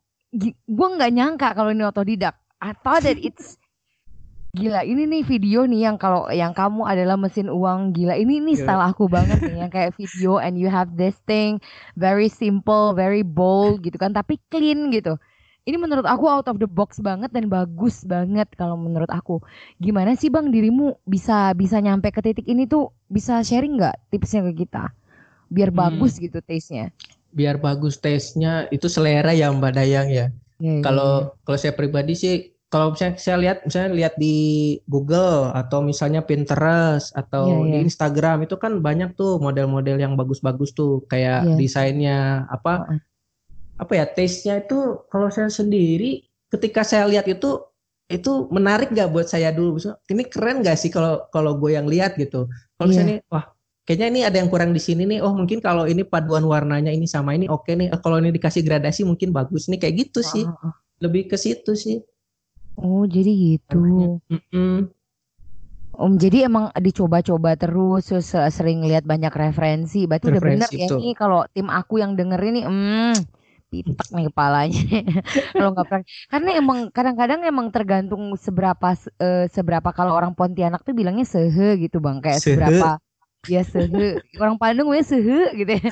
Gue nggak nyangka kalau ini otodidak. I thought that it's gila. Ini nih video nih yang kalau yang kamu adalah mesin uang gila. Ini Iya. style aku banget nih yang kayak video and you have this thing very simple, very bold gitu kan, tapi clean gitu. Ini menurut aku out of the box banget dan bagus banget kalau menurut aku. Gimana sih Bang dirimu bisa bisa nyampe ke titik ini tuh, bisa sharing nggak tipsnya ke kita biar bagus Hmm, gitu taste-nya? biar bagus taste-nya itu selera ya Mbak Dayang ya. Iya, iya, iya. Kalau saya pribadi sih, kalau misalnya lihat di Google atau misalnya Pinterest Iya, atau iya. di Instagram itu kan banyak tuh model-model yang bagus-bagus tuh, kayak Iya. desainnya Heeh. apa ya, taste-nya itu kalau saya sendiri ketika saya lihat itu menarik nggak buat saya dulu. Misalnya, ini keren nggak sih kalau kalau gue yang lihat gitu. Kalau misalnya Iya. nih, wah kayaknya ini ada yang kurang di sini nih. Oh mungkin kalau ini paduan warnanya ini sama ini oke nih. Kalau ini dikasih gradasi mungkin bagus nih, kayak gitu sih. Heeh. Lebih ke situ sih Oh, jadi gitu. arahnya. Mm-mm. Jadi emang dicoba-coba terus sering lihat banyak referensi. Berarti udah bener Referensi ya itu. nih kalau tim aku yang denger ini, pitek nih kepalanya. Kalau nggak pernah, karena emang kadang-kadang emang tergantung seberapa kalau orang Pontianak tuh bilangnya sehe gitu bang, kayak seberapa Sehe. ya sehe. Orang Bandung gue sehe gitu ya.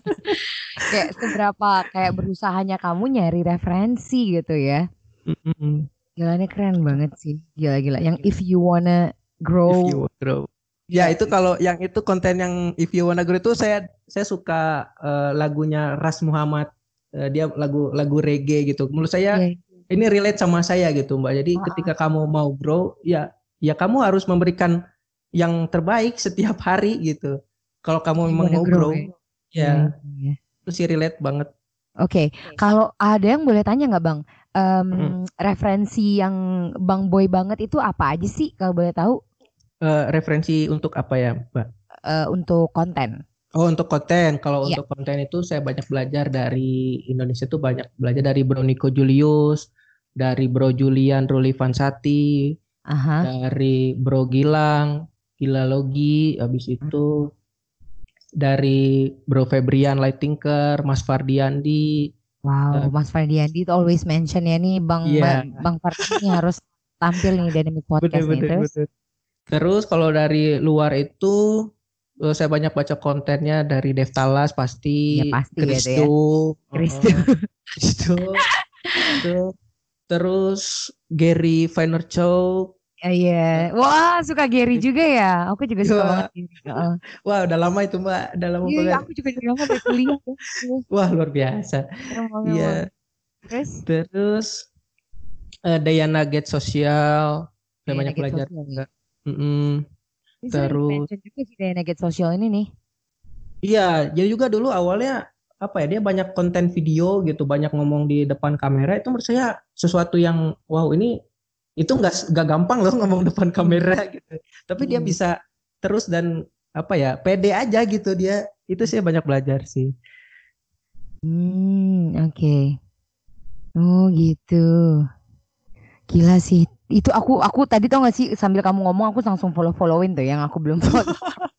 Kayak seberapa kayak berusahanya kamu nyari referensi gitu ya. Mm-mm. Gila ini keren banget sih. Gila-gila. Yang if you wanna If grow. you want grow. Ya Gila itu sih. kalau yang itu konten yang If You Wanna Grow itu saya suka lagunya Ras Muhammad. Dia lagu reggae gitu. Menurut saya Iya. ini relate sama saya gitu Mbak. Jadi ketika kamu mau grow ya ya kamu harus memberikan yang terbaik setiap hari gitu. Kalau kamu You memang wanna mau grow ya. grow Iya, ya iya. itu sih relate banget. Oke, kalau ada yang boleh tanya nggak Bang, Mm. referensi yang Bang Boy banget itu apa aja sih kalau boleh tahu Referensi untuk apa ya Mbak? untuk konten? Oh untuk konten, kalau Iya. untuk konten itu saya banyak belajar dari Indonesia tuh banyak belajar dari Bro Nico Julius, dari Bro Julian Ruli Vansati, Aha. dari Bro Gilang, Gilalogi, habis itu dari Bro Febrian Lightinker, Mas Fardiandi. Wow, eh, Mas Fardiandi itu always mention ya nih Iya, Bang Fardi ini harus tampil nih Dynamic bener Podcast nih bener terus. bener. Terus kalau dari luar itu saya banyak baca kontennya dari Dev Talas Ya pasti, pasti gitu ya. Kristo, Kristo. Kristo, itu. Terus Gary Vaynerchuk. Iya. Wah, suka Gary juga ya. Aku juga suka banget Wah, Gary. Heeh. wah, udah lama itu Mbak, udah lama Iya, iya, banget. aku juga dari lama dari kuliah ya. Iya, Wah, luar biasa. emang emang. Iya. Terus Terus Dayana Get Sosial, saya Daya banyak Nugget belajar Sosial nih. juga. Mm-mm. Ini sering di Terus, mention juga sih Daya Nugget Sosial ini nih. iya, dia juga dulu awalnya apa ya? Dia banyak konten video gitu, banyak ngomong di depan kamera. Itu menurut saya sesuatu yang wow, ini itu nggak gampang loh ngomong depan Hmm. kamera gitu. Tapi dia Hmm. bisa terus dan apa ya? Pede aja gitu dia. Itu saya banyak belajar sih. Oke. Oh gitu. Gila sih. Itu aku tadi tau gak sih sambil kamu ngomong aku langsung follow-followin tuh yang aku belum follow.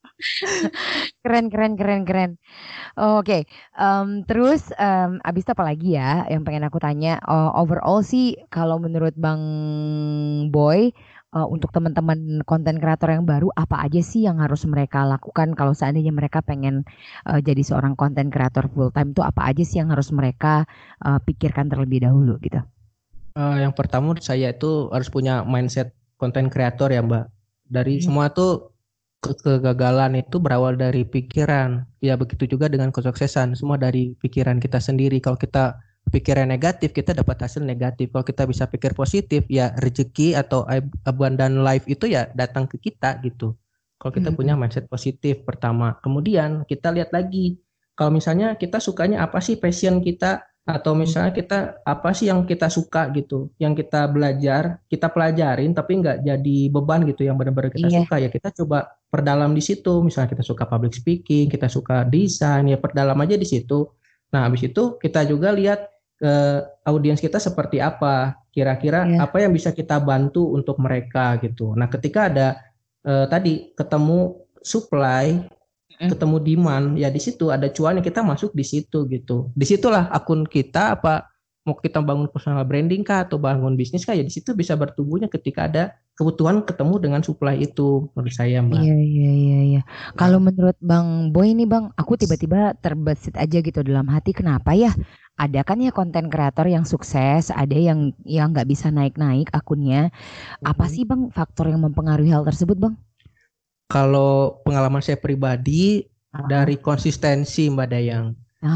Keren. Oke, terus abis itu apa lagi ya yang pengen aku tanya? Overall sih kalau menurut Bang Boy, untuk teman-teman konten kreator yang baru, apa aja sih yang harus mereka lakukan kalau seandainya mereka pengen jadi seorang konten kreator full time itu apa aja sih yang harus mereka pikirkan terlebih dahulu gitu? Yang pertama menurut saya itu harus punya mindset konten kreator ya Mbak. Dari Hmm. semua tuh kegagalan itu berawal dari pikiran. Ya begitu juga dengan kesuksesan. Semua dari pikiran kita sendiri. Kalau kita pikiran negatif, kita dapat hasil negatif. Kalau kita bisa pikir positif, ya rezeki atau abundant life itu ya datang ke kita gitu. Kalau kita punya mindset positif pertama. Kemudian kita lihat lagi. Kalau misalnya kita sukanya apa sih, passion kita, atau misalnya kita apa sih yang kita suka gitu, yang kita belajar, kita pelajarin tapi nggak jadi beban gitu, yang benar-benar kita suka, ya kita coba perdalam di situ. Misalnya kita suka public speaking, kita suka desain, ya perdalam aja di situ. Nah, habis itu kita juga lihat audiens kita seperti apa, kira-kira apa yang bisa kita bantu untuk mereka gitu. Nah, ketika ada tadi ketemu supply, ketemu demand, ya di situ ada cuan yang kita masuk di situ gitu. Disitulah akun kita, apa mau kita bangun personal branding kah atau bangun bisnis kah, ya di situ bisa bertumbuhnya ketika ada kebutuhan ketemu dengan supply itu, menurut saya, Mbak. Iya. Kalau menurut Bang Boy nih Bang, aku tiba-tiba terbesit aja gitu dalam hati, kenapa ya? Ada kan ya konten kreator yang sukses, ada yang nggak bisa naik-naik akunnya. Apa sih Bang faktor yang mempengaruhi hal tersebut Bang? Kalau pengalaman saya pribadi dari konsistensi, Mbak Dayang.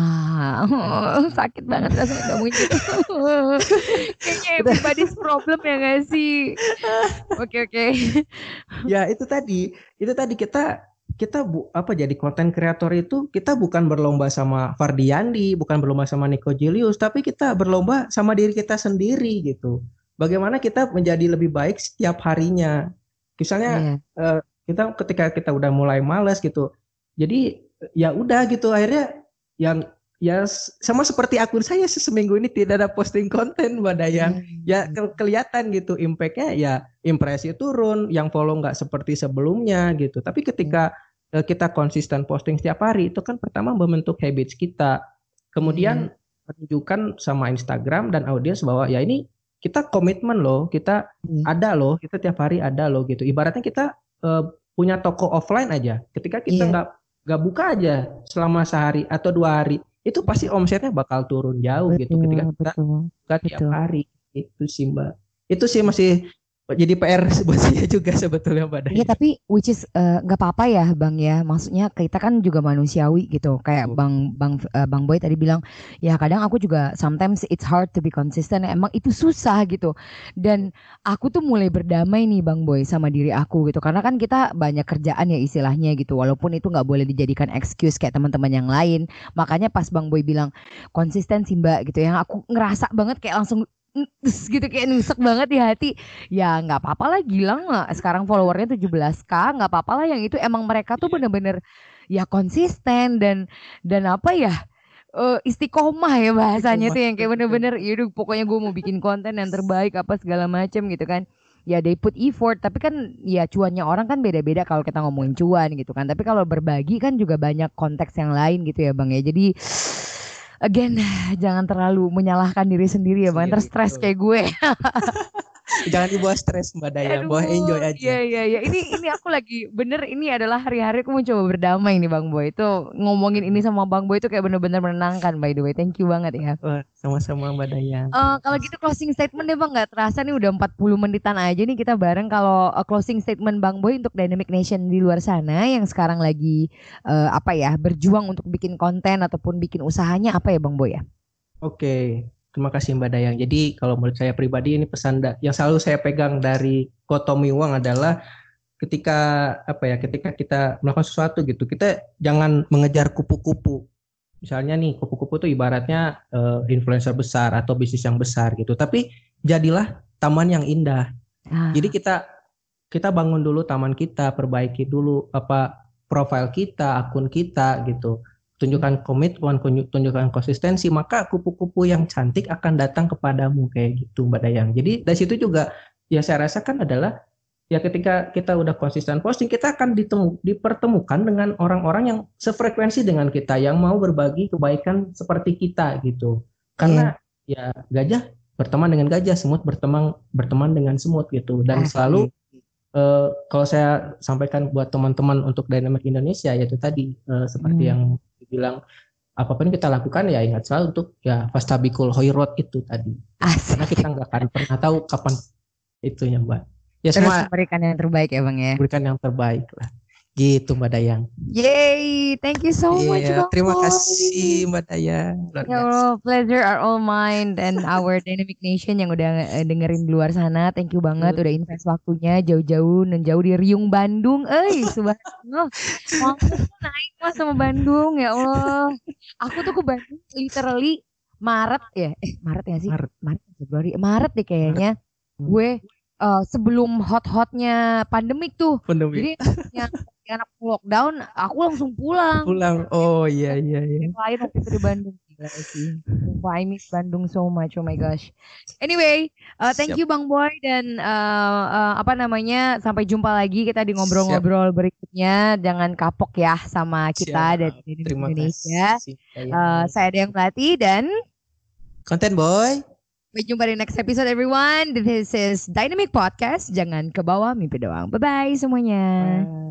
Sakit banget rasanya kamu gitu. Kayaknya everybody's problem ya nggak sih? Oke. Ya itu tadi kita jadi konten kreator itu kita bukan berlomba sama Fardiandi, bukan berlomba sama Nico Julius, tapi kita berlomba sama diri kita sendiri gitu. Bagaimana kita menjadi lebih baik setiap harinya. Misalnya kita ketika kita udah mulai malas gitu, jadi ya udah gitu, akhirnya yang ya sama seperti akun saya seminggu ini tidak ada posting konten, Mbak Dayang. Ya kelihatan gitu impactnya, ya impresi turun, yang follow nggak seperti sebelumnya gitu. Tapi ketika kita konsisten posting setiap hari, itu kan pertama membentuk habits kita, kemudian menunjukkan sama Instagram dan audiens bahwa ya ini kita komitmen loh, kita ada loh, kita tiap hari ada loh gitu. Ibaratnya kita punya toko offline aja, ketika kita nggak buka aja selama sehari atau 2 hari, itu pasti omsetnya bakal turun jauh gitu ketika kita buka tiap hari. Itu sih Mbak, itu sih masih jadi PR buat saya juga sebetulnya, Mbak Daya. Iya, tapi which is nggak apa-apa ya Bang ya, maksudnya kita kan juga manusiawi gitu, kayak Bang Boy tadi bilang ya kadang aku juga sometimes it's hard to be consistent, emang itu susah gitu. Dan aku tuh mulai berdamai nih Bang Boy sama diri aku gitu, karena kan kita banyak kerjaan ya istilahnya gitu, walaupun itu nggak boleh dijadikan excuse kayak teman-teman yang lain. Makanya pas Bang Boy bilang konsisten sih Mbak gitu, yang aku ngerasa banget kayak langsung gitu, kayak nusuk banget di hati. Ya nggak apa-apa lah, Gilang lah sekarang followernya 17K, nggak apa-apa lah, yang itu emang mereka tuh bener-bener ya konsisten dan apa ya, istiqomah ya bahasanya tuh, yang kayak bener-bener yaudah pokoknya gue mau bikin konten yang terbaik apa segala macem gitu kan. Ya they put effort, tapi kan ya cuannya orang kan beda-beda kalau kita ngomongin cuan gitu kan, tapi kalau berbagi kan juga banyak konteks yang lain gitu ya Bang ya. Jadi again, jangan terlalu menyalahkan diri sendiri ya Bang, stres kayak gue. Jangan dibawa stres Mbak Daya, bawa enjoy aja. Iya. Ini aku lagi bener, ini adalah hari-hari aku mau coba berdamai nih Bang Boy. Itu ngomongin ini sama Bang Boy itu kayak bener-bener menenangkan, by the way. Thank you banget ya. Sama-sama Mbak Daya. Kalau gitu closing statement deh Bang, nggak terasa nih udah 40 menitan aja nih kita bareng. Kalau closing statement Bang Boy untuk Dynamic Nation di luar sana yang sekarang lagi berjuang untuk bikin konten ataupun bikin usahanya, apa ya Bang Boy ya? Oke. Terima kasih Mbak Dayang. Jadi kalau menurut saya pribadi, ini pesan yang selalu saya pegang dari Tommy Wong adalah ketika kita melakukan sesuatu gitu, kita jangan mengejar kupu-kupu. Misalnya nih, kupu-kupu itu ibaratnya influencer besar atau bisnis yang besar gitu. Tapi jadilah taman yang indah. Jadi kita bangun dulu taman kita, perbaiki dulu profil kita, akun kita gitu. Tunjukkan komitmen, tunjukkan konsistensi, maka kupu-kupu yang cantik akan datang kepadamu, kayak gitu Mbak Dayang. Jadi dari situ juga ya saya rasakan adalah ya ketika kita udah konsisten posting, kita akan dipertemukan dengan orang-orang yang sefrekuensi dengan kita, yang mau berbagi kebaikan seperti kita gitu. Karena ya gajah berteman dengan gajah, semut berteman dengan semut gitu. Dan selalu kalau saya sampaikan buat teman-teman untuk Dynamic Indonesia, yaitu tadi seperti yang dibilang, apapun kita lakukan ya ingat selalu untuk ya fastabikul khairat itu tadi. Karena kita nggak akan pernah tahu kapan itunya Mbak. Ya terus semua berikan yang terbaik ya Bang ya. Berikan yang terbaik lah. Gitu Mbak Dayang. Yay, thank you so much Iya, Bang terima Boy. kasih Mbak Dayang. Luar Ya biasa. Allah, pleasure are all mine dan our Dynamic Nation yang udah dengerin di luar sana. Thank you banget udah invest waktunya jauh-jauh dan jauh di Riung Bandung. Subhanallah. Langsung naik mas sama Bandung ya Allah. Aku tuh ke Bandung literally Maret ya. Maret ya sih? Maret Februari. Maret deh kayaknya. Gue sebelum hot-hotnya pandemik tuh. Pandemi. Jadi yang anak lockdown, aku langsung pulang. Oh iya. Yang lain waktu itu di Bandung. Gila sih. Sumpah, I miss Bandung so much. Oh my gosh. Anyway, thank Siap. you Bang Boy dan sampai jumpa lagi kita di ngobrol-ngobrol berikutnya. Jangan kapok ya sama kita Siap. dari Terima Indonesia. kasih. Saya Dayang Melati dan Konten Boy. sampai jumpa di next episode everyone. This is Dynamic Podcast. Jangan ke bawah mimpi doang. Bye-bye semuanya. Bye.